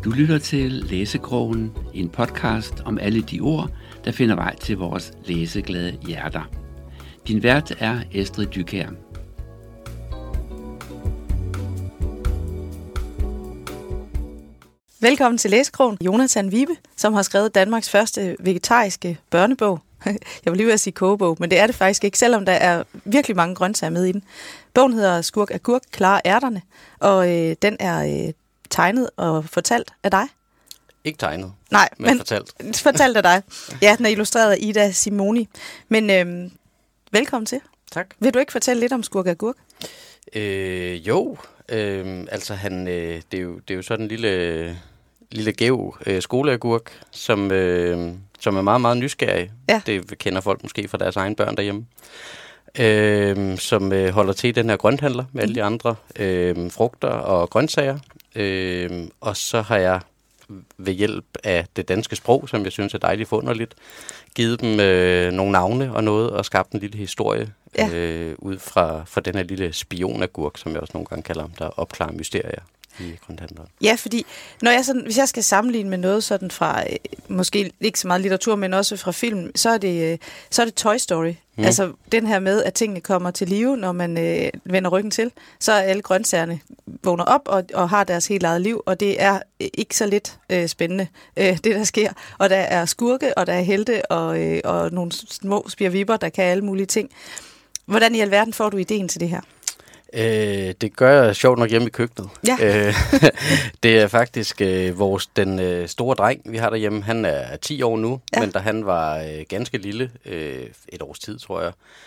Du lytter til Læsekrogen, en podcast om alle de ord, der finder vej til vores læseglade hjerter. Din vært er Estrid Dykær. Velkommen til Læsekrogen. Jonathan Vibe, som har skrevet Danmarks første vegetariske børnebog. Jeg vil lige ved at sige kogebog, men det er det faktisk ikke, selvom der er virkelig mange grøntsager med i den. Bogen hedder Skurk Agurk klarer ærterne, og den er tegnet og fortalt af dig. Ikke tegnet, men fortalt. Fortalt af dig. Ja, den er illustreret af Ida Simoni. Men velkommen til. Tak. Vil du ikke fortælle lidt om Skurk Agurk? Jo, altså det er jo sådan en lille gæv skoleagurk, som er meget, meget nysgerrig. Ja. Det kender folk måske fra deres egne børn derhjemme. Som holder til i den her grønthandler med alle de andre frugter og grøntsager. Og så har jeg ved hjælp af det danske sprog, som jeg synes er dejligt forunderligt, givet dem nogle navne og noget, og skabt en lille historie ud fra den her lille spionagurk, som jeg også nogle gange kalder ham, der opklarer mysterier i grønthandleren. Ja, fordi hvis jeg skal sammenligne med noget sådan fra, måske ikke så meget litteratur, men også fra film, så er det Toy Story. Altså den her med, at tingene kommer til live, når man vender ryggen til, så er alle grøntsagerne vågner op og har deres helt eget liv, og det er ikke så lidt spændende, det der sker. Og der er skurke, og der er helte, og nogle små spirvipper, der kan alle mulige ting. Hvordan i alverden får du ideen til det her? Det gør jeg sjovt nok hjemme i køkkenet. Ja. Det er faktisk den store dreng, vi har derhjemme. Han er 10 år nu, men da han var ganske lille, et års tid, tror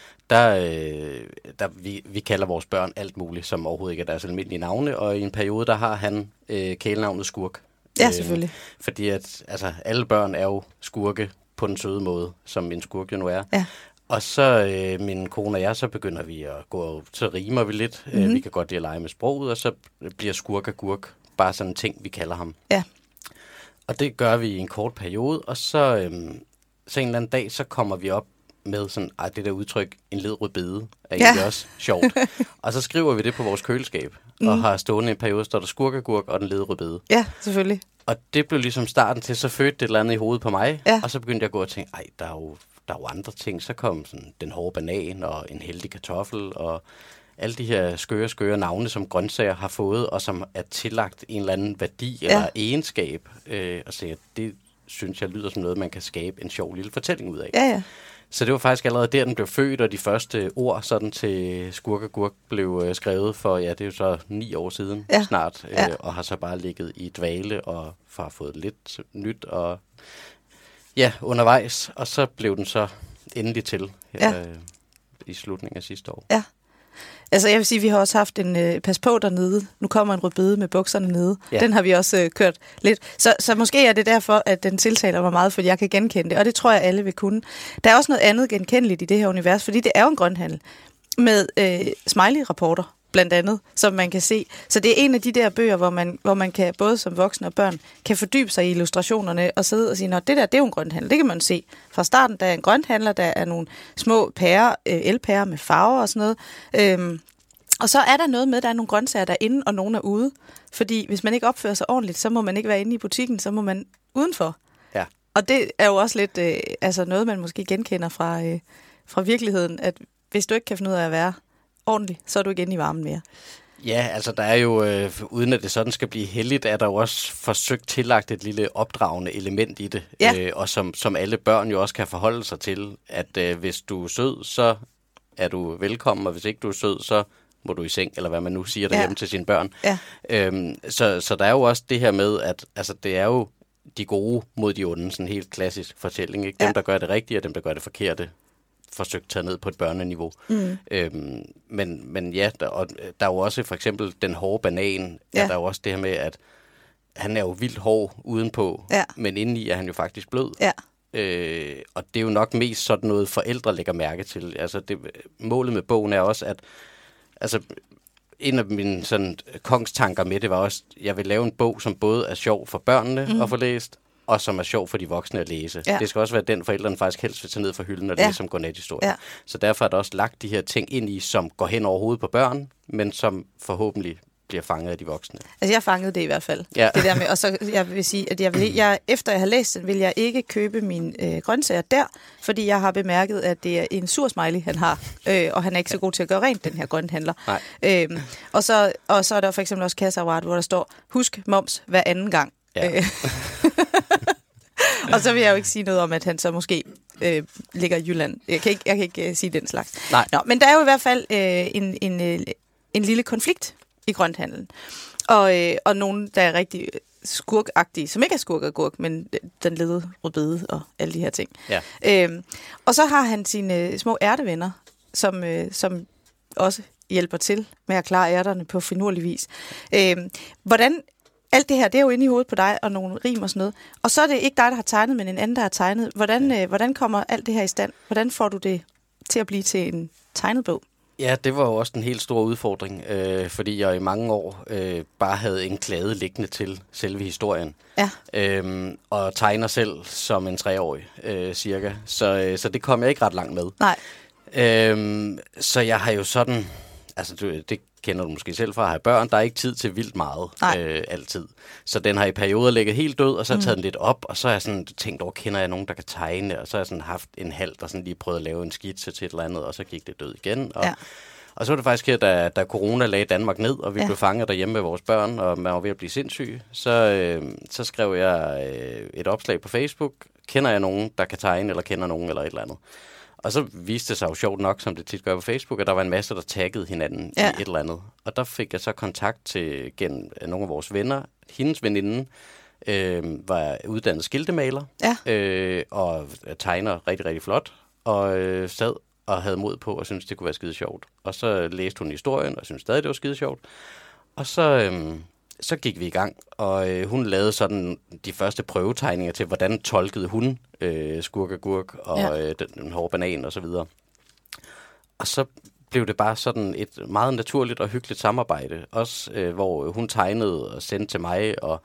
jeg, vi kalder vores børn alt muligt, som overhovedet ikke er deres almindelige navne, og i en periode, der har han kælenavnet Skurk. Ja, selvfølgelig. Fordi alle børn er jo skurke på den søde måde, som en skurk jo nu er. Ja. Og så min kone og jeg, så begynder vi at gå, så rimer vi lidt. Vi kan godt lide at lege med sproget, og så bliver Skurk Agurk bare sådan en ting, vi kalder ham. Ja. Og det gør vi i en kort periode, og så en eller anden dag, så kommer vi op med sådan, det der udtryk, en led rødbede, er egentlig også sjovt. Og så skriver vi det på vores køleskab, og har stående en periode, står der Skurk Agurk og den led rødbede. Ja, selvfølgelig. Og det blev ligesom starten til, så fødte det et eller andet i hovedet på mig, og så begyndte jeg at gå og tænke, der er jo andre ting. Så kom sådan den hårde banan og en heldig kartoffel og alle de her skøre navne, som grøntsager har fået, og som er tillagt en eller anden værdi eller egenskab. Og så det synes jeg lyder som noget, man kan skabe en sjov lille fortælling ud af. Ja. Så det var faktisk allerede der, den blev født, og de første ord sådan til Skurk Agurk blev skrevet for, det er jo så 9 år siden snart, og har så bare ligget i dvale og har fået lidt nyt og undervejs, og så blev den så endelig til i slutningen af sidste år. Ja. Altså jeg vil sige, vi har også haft en pas på dernede. Nu kommer en rødbede med bukserne nede. Ja. Den har vi også kørt lidt. Så måske er det derfor, at den tiltaler mig meget, fordi jeg kan genkende det, og det tror jeg, alle vil kunne. Der er også noget andet genkendeligt i det her univers, fordi det er jo en grønthandel med smiley-rapporter, blandt andet, som man kan se. Så det er en af de der bøger, hvor man kan, både som voksne og børn, kan fordybe sig i illustrationerne og sidde og sige, det der, det er jo en grønthandel. Det kan man se. Fra starten, der er en grønthandler, der er nogle små pærer, elpærer med farver og sådan noget. Og så er der noget med, der er nogle grøntsager, der er inde, og nogle er ude. Fordi hvis man ikke opfører sig ordentligt, så må man ikke være inde i butikken, så må man udenfor. Ja. Og det er jo også lidt noget, man måske genkender fra virkeligheden, at hvis du ikke kan finde ud af at være ordentligt, så er du ikke inde i varmen mere. Ja, altså der er jo, uden at det sådan skal blive heldigt, er der jo også forsøgt tillagt et lille opdragende element i det. Ja. Og som alle børn jo også kan forholde sig til, at hvis du er sød, så er du velkommen, og hvis ikke du er sød, så må du i seng, eller hvad man nu siger derhjemme til sine børn. Ja. Så der er jo også det her med, at det er jo de gode mod de onde, sådan en helt klassisk fortælling. Ikke? Dem, der gør det rigtige, og dem, der gør det forkerte, forsøgt taget ned på et børneniveau. Men ja, der er jo også for eksempel den hårde banan, der er jo også det her med, at han er jo vildt hård udenpå, men indeni er han jo faktisk blød. Ja. Og det er jo nok mest sådan noget, forældre lægger mærke til. Altså målet med bogen er også, at en af mine sådan kongstanker med det var også, at jeg vil lave en bog, som både er sjov for børnene at få læst, og som er sjov for de voksne at læse. Ja. Det skal også være den, forældrene faktisk helst vil tage ned fra hylden og læse som godnathistorie. Ja. Så derfor er der også lagt de her ting ind i, som går hen over hovedet på børn, men som forhåbentlig bliver fanget af de voksne. Altså, jeg fangede det i hvert fald. Ja. Det der med, og så jeg vil sige, at efter jeg har læst den, vil jeg ikke købe mine grøntsager der, fordi jeg har bemærket, at det er en sur smiley, han har, og han er ikke så god til at gøre rent, den her grønthandler. Og så er der for eksempel også kasseapparat, hvor der står, husk moms hver anden gang. Ja. Og så vil jeg jo ikke sige noget om, at han så måske ligger i Jylland. Jeg kan ikke sige den slags. Nej. Nå, men der er jo i hvert fald en lille konflikt i grønthandlen. Og nogen, der er rigtig skurkagtige, som ikke er skurkagurk, men den lede rødbede og alle de her ting. Ja. Og så har han sine små ærtevenner, som også hjælper til med at klare ærterne på finurlig vis. Hvordan... Alt det her, det er jo inde i hovedet på dig, og nogle rim og sådan noget. Og så er det ikke dig, der har tegnet, men en anden, der har tegnet. Hvordan kommer alt det her i stand? Hvordan får du det til at blive til en tegnet bog? Ja, det var jo også en helt stor udfordring, fordi jeg i mange år bare havde en klade liggende til selve historien. Ja. Og tegner selv som en 3-årig, cirka. Så det kom jeg ikke ret langt med. Nej. Så jeg har jo sådan... Altså, det kender du måske selv fra at have børn. Der er ikke tid til vildt meget altid. Så den har i perioder ligget helt død, og så har jeg taget den lidt op, og så har jeg sådan tænkt over, kender jeg nogen, der kan tegne? Og så har jeg sådan haft en halv, der sådan lige prøvet at lave en skitse til et eller andet, og så gik det død igen. Og så var det faktisk her, da corona lagde Danmark ned, og vi blev fanget derhjemme med vores børn, og man var ved at blive sindssyg, så skrev jeg et opslag på Facebook. Kender jeg nogen, der kan tegne, eller kender nogen, eller et eller andet? Og så viste det sig jo sjovt nok, som det tit gør på Facebook, at der var en masse, der taggede hinanden i et eller andet. Og der fik jeg så kontakt til gennem nogle af vores venner. Hendes veninde var uddannet skiltemaler og tegner rigtig, rigtig flot. Og sad og havde mod på og syntes, det kunne være skide sjovt. Og så læste hun historien og syntes stadig, det var skide sjovt. Og så gik vi i gang, og hun lavede sådan de første prøvetegninger til, hvordan tolkede hun skurkagurk og den hårde banan og så videre. Og så blev det bare sådan et meget naturligt og hyggeligt samarbejde, også hvor hun tegnede og sendte til mig, og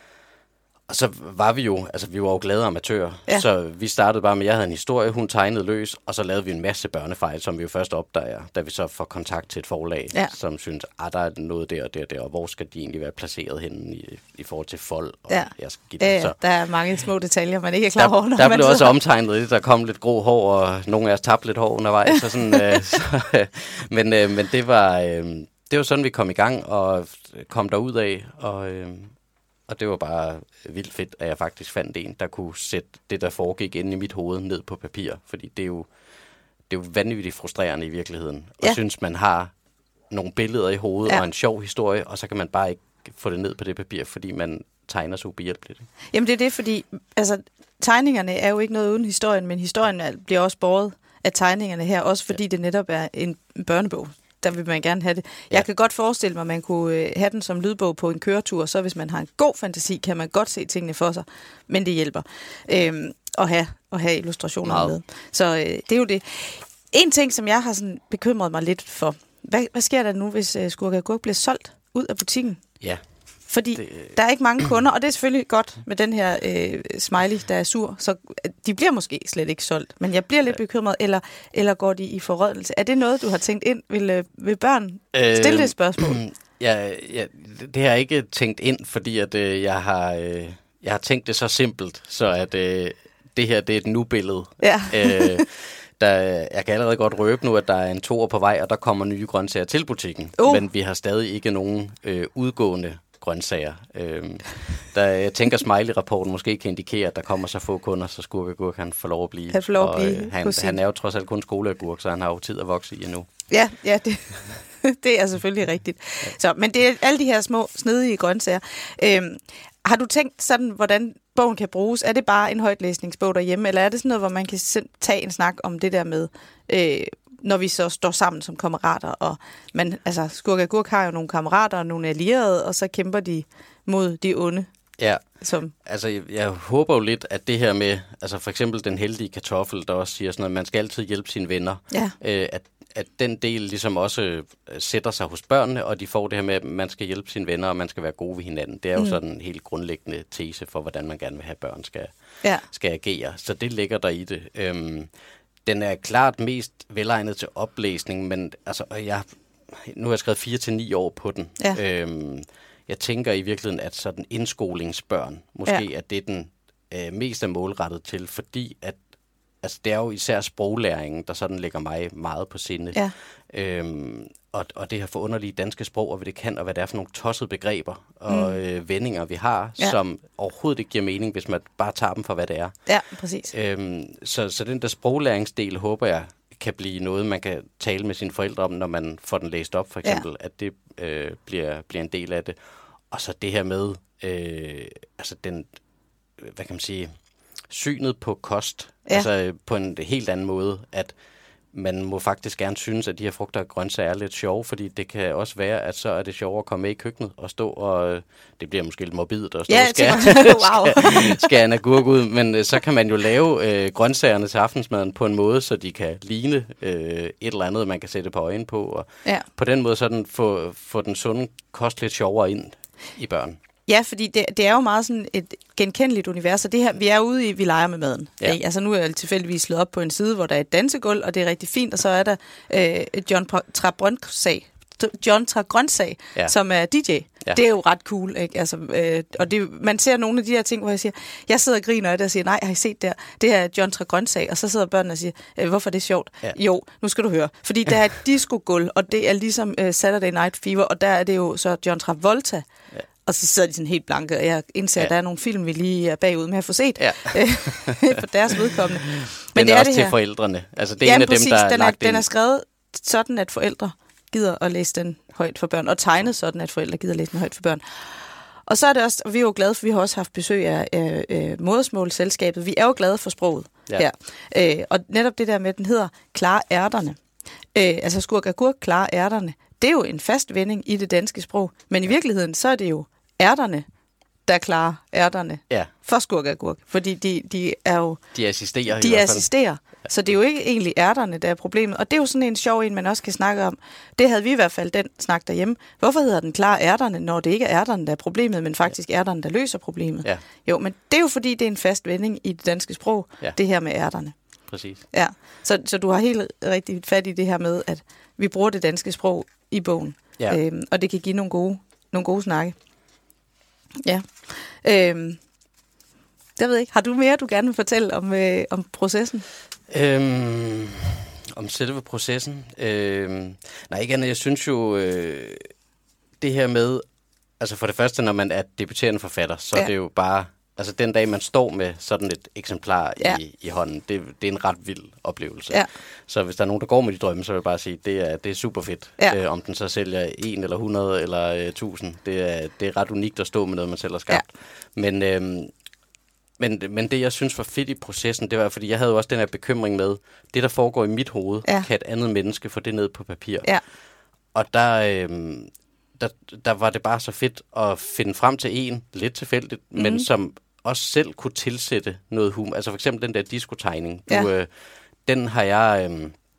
så var vi jo, altså vi var jo glade amatører, så vi startede bare med, jeg havde en historie, hun tegnede løs, og så lavede vi en masse børnefejl, som vi jo først opdager, da vi så får kontakt til et forlag, som synes, der er noget der og der, og hvor skal de egentlig være placeret henne i forhold til fold, og jeg skal give det. Så der er mange små detaljer, man ikke er klar over. Der blev også omtegnet, der kom lidt grå hår, og nogle af os tabte lidt hår undervejs, og sådan, men det var sådan, vi kom i gang, og kom derud af, og det var bare vildt fedt, at jeg faktisk fandt en, der kunne sætte det, der foregik inde i mit hoved, ned på papir. Fordi det er jo vanvittigt frustrerende i virkeligheden. Og synes, man har nogle billeder i hovedet og en sjov historie, og så kan man bare ikke få det ned på det papir, fordi man tegner så ubehjælpeligt. Jamen det er det, fordi altså, tegningerne er jo ikke noget uden historien, men historien bliver også båret af tegningerne her, også fordi det netop er en børnebog. Der vil man gerne have det. Jeg kan godt forestille mig, at man kunne have den som lydbog på en køretur, så hvis man har en god fantasi, kan man godt se tingene for sig, men det hjælper at have illustrationer med. Så det er jo det. En ting, som jeg har sådan bekymret mig lidt for, hvad sker der nu, hvis skurkagurk bliver solgt ud af butikken? Ja. Fordi der er ikke mange kunder, og det er selvfølgelig godt med den her smiley, der er sur, så de bliver måske slet ikke solgt. Men jeg bliver lidt bekymret, eller går de i forrådelse? Er det noget, du har tænkt ind? Vil børn stille det spørgsmål? Ja, det har jeg ikke tænkt ind, fordi at, jeg har tænkt det så simpelt, så at det her det er et nu-billede. Ja. Jeg kan allerede godt røbe nu, at der er en 2 på vej, og der kommer nye grøntsager til butikken. Men vi har stadig ikke nogen udgående grøntsager. Jeg tænker, Smiley-rapporten måske kan indikere, at der kommer så få kunder, så skurkagurk han får lov at blive. Han er jo trods alt kun skoleagurk, så han har jo tid at vokse i endnu. Ja, det er selvfølgelig rigtigt. Så, men det er alle de her små, snedige grøntsager. Har du tænkt sådan, hvordan bogen kan bruges? Er det bare en højtlæsningsbog derhjemme, eller er det sådan noget, hvor man kan tage en snak om det der med, når vi så står sammen som kammerater, og skurkagurk har jo nogle kammerater og nogle allierede, og så kæmper de mod de onde. Ja, altså jeg håber jo lidt, at det her med, altså for eksempel den heldige kartoffel, der også siger sådan, at man skal altid hjælpe sine venner, at den del ligesom også sætter sig hos børnene, og de får det her med, at man skal hjælpe sine venner, og man skal være gode ved hinanden. Det er jo sådan en helt grundlæggende tese for, hvordan man gerne vil have børn skal agere. Så det ligger der i det. Den er klart mest velegnet til oplæsning, men altså, nu har jeg skrevet 4 til 9 år på den. Ja. Jeg tænker i virkeligheden, at sådan indskolingsbørn måske er det, den mest er målrettet til, fordi at altså, det er jo især sproglæringen, der sådan ligger mig meget på sinde. Ja. Og det her forunderlige danske sprog, og hvad det kan, og hvad det er for nogle tossede begreber og vendinger, vi har, som overhovedet ikke giver mening, hvis man bare tager dem for, hvad det er. Ja, præcis. Så den der sproglæringsdel, håber jeg, kan blive noget, man kan tale med sine forældre om, når man får den læst op, for eksempel, at det bliver en del af det. Og så det her med, altså den, hvad kan man sige, synet på kost, altså på en helt anden måde, at man må faktisk gerne synes, at de her frugter og grøntsager er lidt sjove, fordi det kan også være, at så er det sjovere at komme med i køkkenet og stå og, det bliver måske lidt morbidt at stå og skære en agurk ud, men så kan man jo lave grøntsagerne til aftensmaden på en måde, så de kan ligne et eller andet, man kan sætte på øjnene på, og på den måde sådan få den sunde kost lidt sjovere ind i børn. Ja, fordi det er jo meget sådan et genkendeligt univers, og det her, vi er ude i, vi leger med maden. Ja. Altså nu er jeg tilfældigvis slået op på en side, hvor der er et dansegulv, og det er rigtig fint, og så er der John Grøntsag, som er DJ. Ja. Det er jo ret cool, ikke? Altså, og man ser nogle af de her ting, hvor jeg siger, jeg sidder og griner af det og siger, nej, har I set der? Det er John Grøntsag, og så sidder børnene og siger, hvorfor er det sjovt? Ja. Jo, nu skal du høre. Fordi der er et disco-gulv, og det er ligesom Saturday Night Fever, og der er det jo så John Travolta. Ja. Og så sidder de sådan helt blanke, og jeg indser, at der er nogle film, vi lige er bagud med at få set på deres vedkommende. Men det er også det til forældrene. Altså, det er en af præcis, dem, der den er skrevet sådan, at forældre gider at læse den højt for børn, og tegnet sådan, at forældre gider at læse den højt for børn. Og så er det også, og vi er jo glade for, vi har også haft besøg af Modersmålselskabet. Vi er jo glade for sproget her. Og netop det der med, den hedder klare ærterne. Altså skurk agurk, klare ærterne. Det er jo en fast vending i det danske sprog, men i virkeligheden, så er det jo ærterne, der klarer ærterne for skurkagurk. Fordi de er jo... De assisterer. De assisterer. Så det er jo ikke egentlig ærterne, der er problemet. Og det er jo sådan en sjov en, man også kan snakke om. Det havde vi i hvert fald den snak derhjemme. Hvorfor hedder den klare ærterne, når det ikke er ærterne, der er problemet, men faktisk ærterne, der løser problemet? Ja. Jo, men det er jo fordi, det er en fast vending i det danske sprog, det her med ærterne. Præcis. Ja, så du har helt rigtig fat i det her med, at vi bruger det danske sprog i bogen. Ja. Og det kan give nogle gode snakke. Ja. Jeg ved ikke, har du mere, du gerne vil fortælle om processen? Om selve processen? Nej, ikke andet. Jeg synes jo, det her med, altså for det første, når man er debuterende forfatter, så er det jo bare, altså den dag, man står med sådan et eksemplar i hånden, det er en ret vild oplevelse. Ja. Så hvis der er nogen, der går med de drømme, så vil jeg bare sige, det er super fedt. Ja. Om den så sælger 1 eller 100 eller 1000, det er ret unikt at stå med noget, man selv har skabt. Ja. Men det, jeg synes var fedt i processen, det var, fordi jeg havde jo også den her bekymring med, det, der foregår i mit hoved, kan et andet menneske få det ned på papir. Ja. Og der var det bare så fedt at finde frem til en, lidt tilfældigt, men som også selv kunne tilsætte noget humor. Altså for eksempel den der diskotegning. Den har jeg...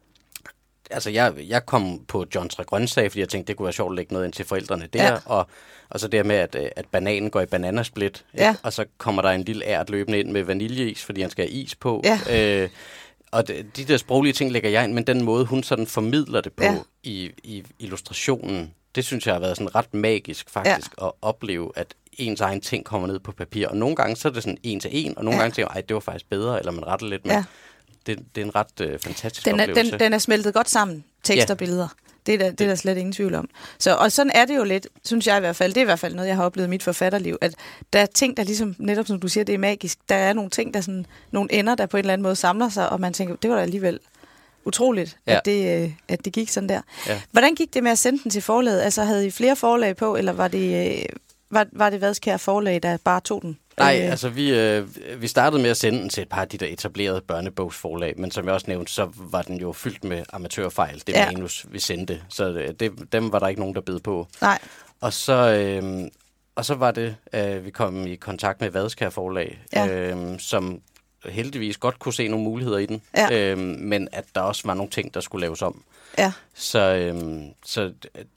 jeg kom på John Grøntsag, fordi jeg tænkte, det kunne være sjovt at lægge noget ind til forældrene der, og så det med, at bananen går i bananasplit, og så kommer der en lille ært løbende ind med vaniljeis, fordi han skal have is på. Ja. Og de der sproglige ting lægger jeg ind, men den måde, hun sådan formidler det på i illustrationen, det synes jeg har været sådan ret magisk faktisk, at opleve, at ens egen ting kommer ned på papir. Og nogle gange så er det sådan 1 til 1, og nogle gange tænker jeg, det var faktisk bedre, eller man retter lidt med. Det er en ret fantastisk oplevelse. Den er smeltet godt sammen, tekst og billeder. Det er der slet ingen tvivl om. Og sådan er det jo lidt, synes jeg i hvert fald. Det er i hvert fald noget, jeg har oplevet i mit forfatterliv, at der er ting, der ligesom, netop som du siger, det er magisk. Der er nogle ting, der sådan, nogle ender, der på en eller anden måde samler sig, og man tænker, det var da alligevel utroligt, at det gik sådan der. Ja. Hvordan gik det med at sende den til forlaget? Altså, havde I flere forlag på, eller var det Vadskær forlag, der bare tog den? Nej, altså vi startede med at sende den til et par af de der etablerede børnebogsforlag, men som jeg også nævnte, så var den jo fyldt med amatørfejl, det manus, vi sendte. Så dem var der ikke nogen, der bed på. Nej. Og så var det, vi kom i kontakt med Vadskær forlag, som heldigvis godt kunne se nogle muligheder i den, men at der også var nogle ting, der skulle laves om. Ja. Så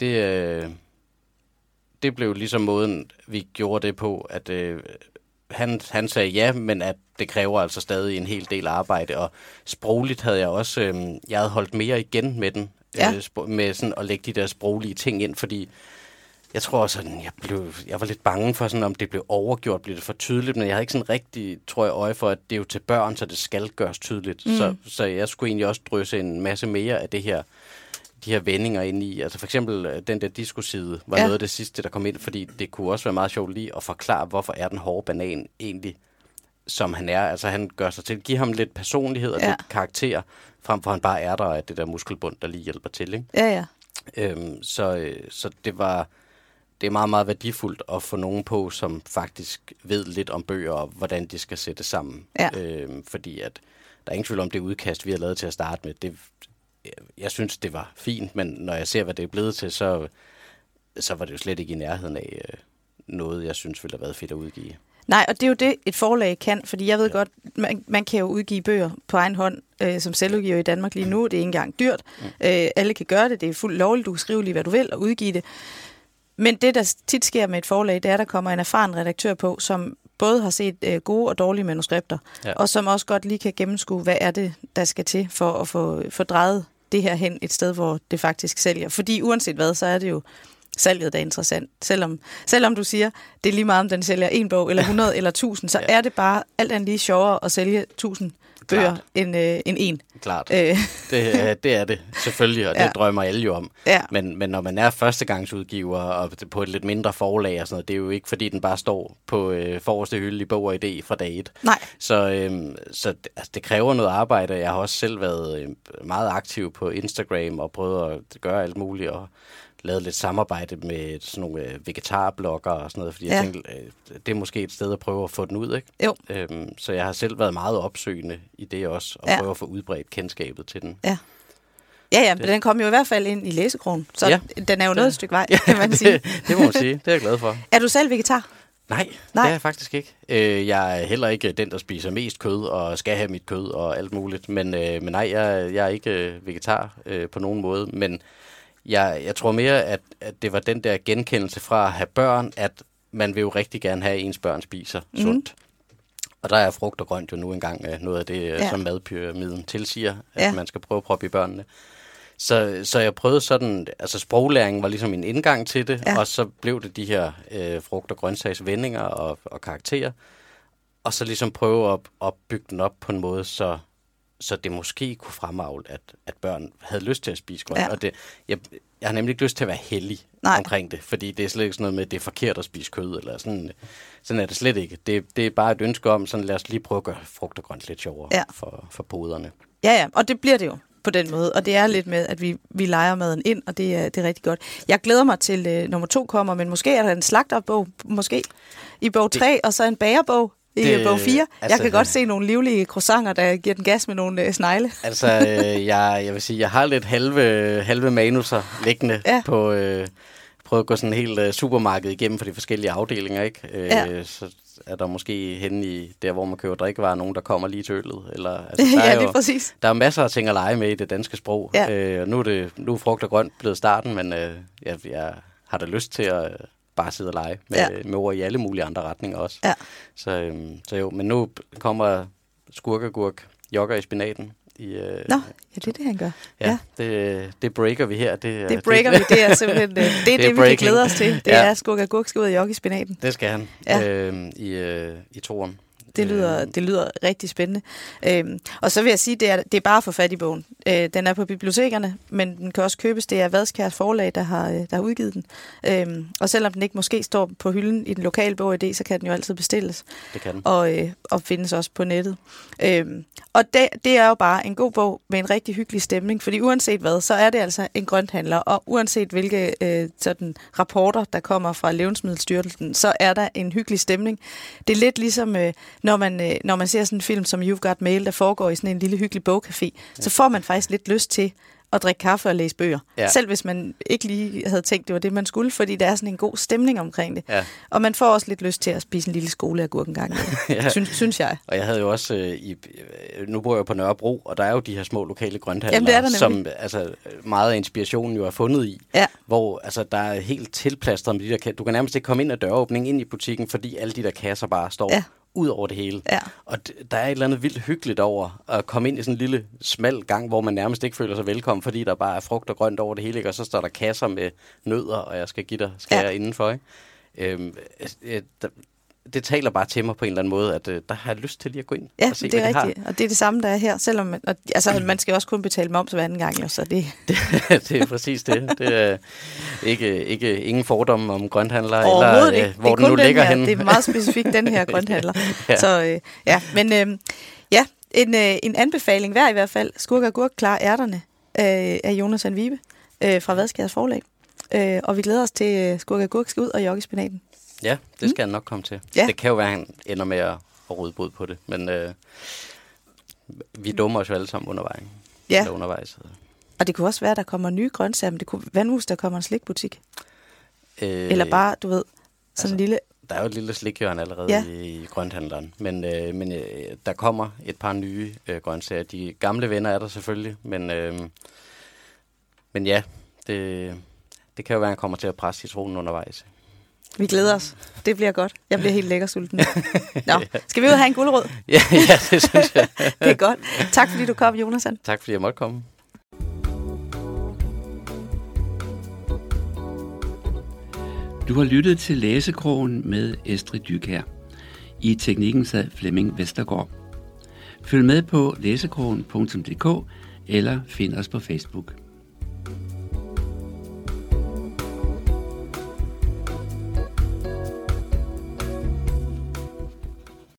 det blev ligesom måden, vi gjorde det på, at han sagde ja, men at det kræver altså stadig en hel del arbejde, og sprogligt havde jeg også, jeg havde holdt mere igen med den, med sådan at lægge de der sproglige ting ind, fordi jeg tror sådan, jeg var lidt bange for sådan, om det blev overgjort, blev det for tydeligt, men jeg havde ikke sådan rigtig, tror jeg, øje for, at det er jo til børn, så det skal gøres tydeligt. Så jeg skulle egentlig også drysse en masse mere af de her vendinger ind i. Altså for eksempel den der disco-side var noget af det sidste, der kom ind, fordi det kunne også være meget sjovt lige at forklare, hvorfor er den hårde banan egentlig, som han er. Altså han gør sig til, give ham lidt personlighed og lidt karakter, frem for han bare er der, at det der muskelbund, der lige hjælper til, ikke? Ja. Så det er meget, meget værdifuldt at få nogen på, som faktisk ved lidt om bøger og hvordan de skal sættes sammen. Ja. Fordi at der er ingen tvivl om det udkast, vi har lavet til at starte med. Jeg synes, det var fint, men når jeg ser, hvad det er blevet til, så var det jo slet ikke i nærheden af noget, jeg synes ville have været fedt at udgive. Nej, og det er jo det, et forlag kan, fordi jeg ved godt, man kan jo udgive bøger på egen hånd som selvudgiver i Danmark lige nu. Det er ikke engang dyrt. Alle kan gøre det. Det er fuldt lovligt. Du kan skrive lige, hvad du vil og udgive det. Men det, der tit sker med et forlag, det er, at der kommer en erfaren redaktør på, som både har set gode og dårlige manuskripter, og som også godt lige kan gennemskue, hvad er det, der skal til for at få drejet det her hen et sted, hvor det faktisk sælger. Fordi uanset hvad, så er det jo salget, der er interessant. Selvom du siger, det er lige meget, om den sælger 1 bog, eller 100 eller 1000, så er det bare alt andet lige sjovere at sælge 1000 bøger end en. Klart. Det er det, selvfølgelig, og det drømmer alle jo om. Ja. Men når man er førstegangsudgiver og på et lidt mindre forlag og sådan noget, det er jo ikke, fordi den bare står på forreste hylde i Bog og Idé fra dag 1. Nej. Så altså, det kræver noget arbejde. Jeg har også selv været meget aktiv på Instagram og prøvet at gøre alt muligt og lavet lidt samarbejde med sådan nogle vegetarblogger og sådan noget, fordi jeg tænkte, det er måske et sted at prøve at få den ud, ikke? Jo. Så jeg har selv været meget opsøgende i det også, og prøve at få udbredt kendskabet til den. Ja, men den kom jo i hvert fald ind i læsekrogen, så den er jo noget et stykke vej, kan man sige. Det må man sige, det er jeg glad for. Er du selv vegetar? Nej, det er jeg faktisk ikke. Jeg er heller ikke den, der spiser mest kød og skal have mit kød og alt muligt, men nej, jeg er ikke vegetar på nogen måde, men jeg tror mere, at det var den der genkendelse fra at have børn, at man vil jo rigtig gerne have, at ens børn spiser sundt. Og der er frugt og grønt jo nu engang noget af det, som madpyramiden tilsiger, at man skal prøve at proppe i børnene. Så jeg prøvede sådan, altså sproglæringen var ligesom en indgang til det, og så blev det de her frugt- og grøntsagsvendinger og karakterer, og så ligesom prøve at bygge den op på en måde, så det måske kunne fremavle, at børn havde lyst til at spise grønt. Og jeg har nemlig ikke lyst til at være hellig omkring det, fordi det er slet ikke sådan noget med, at det er forkert at spise kød, eller sådan er det slet ikke. Det er bare et ønske om, sådan lad os lige prøve at gøre frugt og grønt lidt sjovere for poderne. Ja, og det bliver det jo på den måde, og det er lidt med, at vi leger maden ind, og det er rigtig godt. Jeg glæder mig til nummer 2 kommer, men måske er der en slagterbog, måske i bog 3, og så en bagerbog i bog 4. Altså, jeg kan godt se nogle livlige croissanter, der giver den gas med nogle snegle. Altså, jeg vil sige, jeg har lidt halve manuser liggende på... prøvet at gå sådan helt supermarked igennem for de forskellige afdelinger, ikke? Så er der måske henne i der, hvor man køber drikkevarer, nogen, der kommer lige til øllet. Eller, altså, det er præcis. Der er masser af ting at lege med i det danske sprog. Nu er frugt og grønt blevet starten, men jeg har da lyst til at bare sidde og lege med ord i alle mulige andre retninger også. Ja. Så jo, men nu kommer skurkagurk, jogger i spinaten. Det er det, han gør. Ja. Det breaker vi her. Det breaker vi, det er simpelthen det vi kan glæde os til. Det er skurkagurk skal ud og jogge i spinaten. Det skal han i toren. Det lyder rigtig spændende. Og så vil jeg sige, det er bare at få fat i bogen. Den er på bibliotekerne, men den kan også købes. Det er Vadskjærs forlag, der har udgivet den. Og selvom den ikke måske står på hylden i den lokale Bog ID, så kan den jo altid bestilles. Det kan den. Og findes også på nettet. Og det er jo bare en god bog med en rigtig hyggelig stemning, fordi uanset hvad, så er det altså en grønthandler, og uanset hvilke sådan rapporter, der kommer fra Levnedsmiddelstyrelsen, så er der en hyggelig stemning. Det er lidt ligesom, når man ser sådan en film som You've Got Mail, der foregår i sådan en lille hyggelig bogcafé, så får man faktisk lidt lyst til at drikke kaffe og læse bøger. Ja. Selv hvis man ikke lige havde tænkt, det var det, man skulle, fordi der er sådan en god stemning omkring det. Ja. Og man får også lidt lyst til at spise en lille skoleagurk en gang. Synes jeg. Og jeg havde jo også, nu bor jeg på Nørrebro, og der er jo de her små lokale grønthandlere, som altså, meget af inspirationen jo er fundet i. Ja. Hvor altså, der er helt tilplastret med de der, du kan nærmest ikke komme ind ad døråbningen ind i butikken, fordi alle de der kasser bare står ud over det hele. Ja. Og der er et eller andet vildt hyggeligt over at komme ind i sådan en lille smal gang, hvor man nærmest ikke føler sig velkommen, fordi der bare er frugt og grønt over det hele, ikke? Og så står der kasser med nødder, og jeg skal give dig skære indenfor. Ikke? Det taler bare til mig på en eller anden måde, at der har jeg lyst til lige at gå ind og se, det er hvad rigtigt. Og det er det samme, der er her. Selvom man skal også kun betale moms hver anden gang, jo, så det... det er præcis det. Det er ingen fordomme om grønthandlere, eller hvor den nu ligger henne. Det er meget specifikt, den her grønthandler. Så men en anbefaling hver i hvert fald. Skurk og Agurk klarer ærterne af Jonas and Vibe fra Vadskærs Forlag. Og vi glæder os til Skurk og Agurk skal ud og jogge spinaten. Ja, det skal han nok komme til. Ja. Det kan jo være, at han ender med at rode brud på det, men vi dummer os jo alle sammen undervejs. Og det kunne også være, at der kommer nye grøntsager, men det kunne være nu, der kommer en slikbutik. Eller bare, du ved, sådan en lille... Der er jo et lille slikhjørne allerede i grønthandleren, men der kommer et par nye grøntsager. De gamle venner er der selvfølgelig, men ja, det kan jo være, at han kommer til at presse citronen undervejs. Vi glæder os. Det bliver godt. Jeg bliver helt lækker sulten. Nå, skal vi ud og have en gulerod? Ja, det synes jeg. Det er godt. Tak fordi du kom, Jonas. Tak fordi jeg måtte komme. Du har lyttet til Læsekrogen med Estrid Dykær. I teknikken sad Flemming Vestergaard. Følg med på læsekrogen.dk eller find os på Facebook.